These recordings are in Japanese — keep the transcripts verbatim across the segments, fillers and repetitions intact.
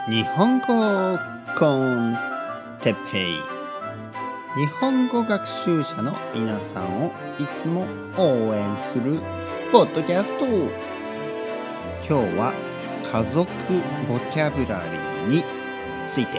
日本語コンテッペイ、日本語学習者の皆さんをいつも応援するポッドキャスト。今日は家族ボキャブラリーについて。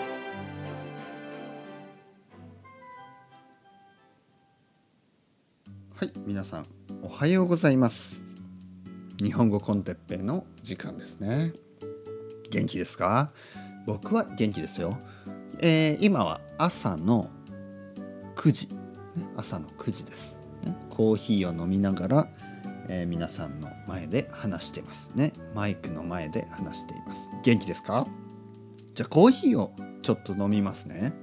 はい、皆さんおはようございます。日本語コンテッペイの時間ですね。元気ですか？僕は元気ですよ。えー、今は朝のくじ、ね、朝のくじです、ね。コーヒーを飲みながら、えー、皆さんの前で話していますね。マイクの前で話しています。元気ですか？じゃあコーヒーをちょっと飲みますね。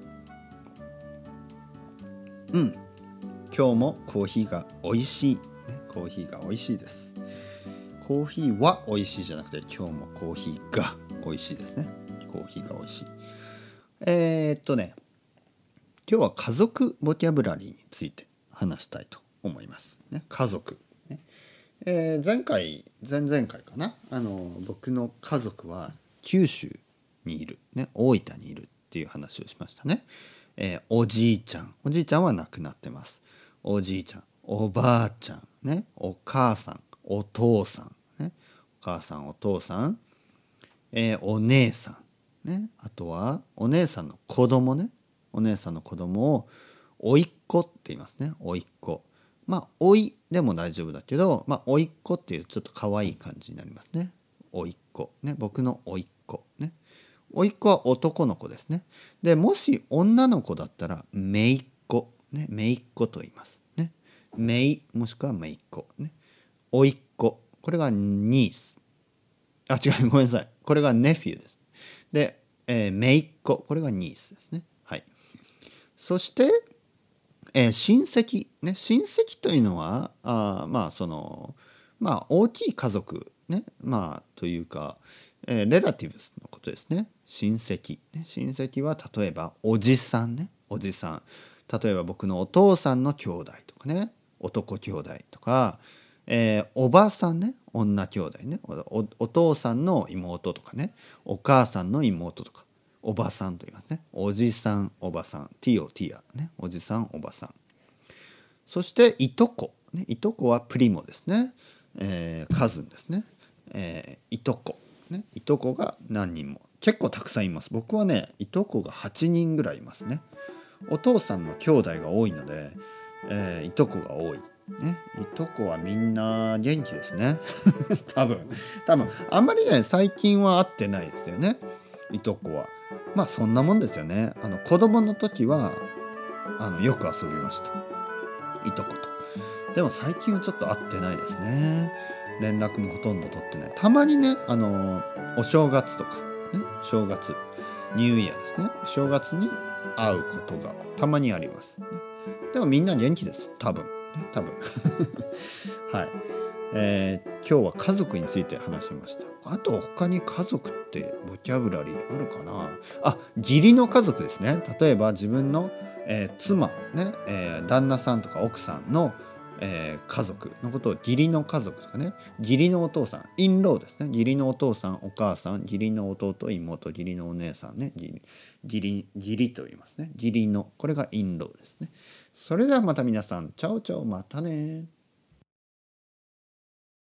うん。今日もコーヒーが美味しい、ね、コーヒーが美味しいです。コーヒーは美味しいじゃなくて、今日もコーヒーが美味しいですね。コーヒーが美味しい。えー、っとね、今日は家族ボキャブラリーについて話したいと思います。ね、家族、ねえー、前回、前々回かな。あの僕の家族は九州にいる、ね、大分にいるっていう話をしましたね。えー、おじいちゃん、おじいちゃんは亡くなってます。おじいちゃん、おばあちゃん、ね、お母さん、お父さん、ね、お母さん、お父さん、えー、お姉さん、ね、あとはお姉さんの子供ね、お姉さんの子供をおいっ子って言いますね。おいっ子。まあおいでも大丈夫だけど、まあおいっ子っていうちょっと可愛い感じになりますね。おいっ子ね、僕のおいっ子ね。おいっ子は男の子ですね。でもし女の子だったらめいっ子ね、めいっ子と言いますね。めいもしくはめいっ子ね。おいっ子、これがニース。あ、違う、ごめんなさい。これがネフューです。で、えー、めいっ子、これがニースですね。はい。そして、えー、親戚ね、親戚というのはあまあそのまあ大きい家族ね、まあというか、えー、レラティブスのことですね。親戚、ね、親戚は例えばおじさんね、おじさん。例えば僕のお父さんの兄弟とかね、男兄弟とか、えー、おばさんね、女兄弟ね、お、お、お父さんの妹とかね、お母さんの妹とか。おばさんと言いますね。おじさん、おばさん、ティオ、ティア、ね、おじさん、おばさん。そしていとこ、ね、いとこはプリモですね。えー、カズンですね。えー、いとこ、ね、いとこが何人も、結構たくさんいます。僕はね、いとこがはちにんぐらいいますね。お父さんの兄弟が多いので、えー、いとこが多い。ね、いとこはみんな元気ですね。多分、多分あんまりね最近は会ってないですよね。いとこは。まあそんなもんですよね。あの子供の時はあのよく遊びました。いとこと。でも最近はちょっと会ってないですね。連絡もほとんど取ってない。たまにね、あのお正月とかね、正月、ニューイヤーですね。正月に会うことがたまにあります、ね。でもみんな元気です。多分。ね、多分。はい。えー、今日は家族について話しました。あと他に家族ってボキャブラリーあるかなあ、義理の家族ですね。例えば自分の、えー、妻、ねえー、旦那さんとか奥さんの、えー、家族のことを義理の家族とかね。義理のお父さん、インローですね。義理のお父さん、お母さん、義理の弟、妹、義理のお姉さんね。義理、義理、義理と言いますね。義理の、これがインローですね。それではまた皆さん、チャオチャオ、またね。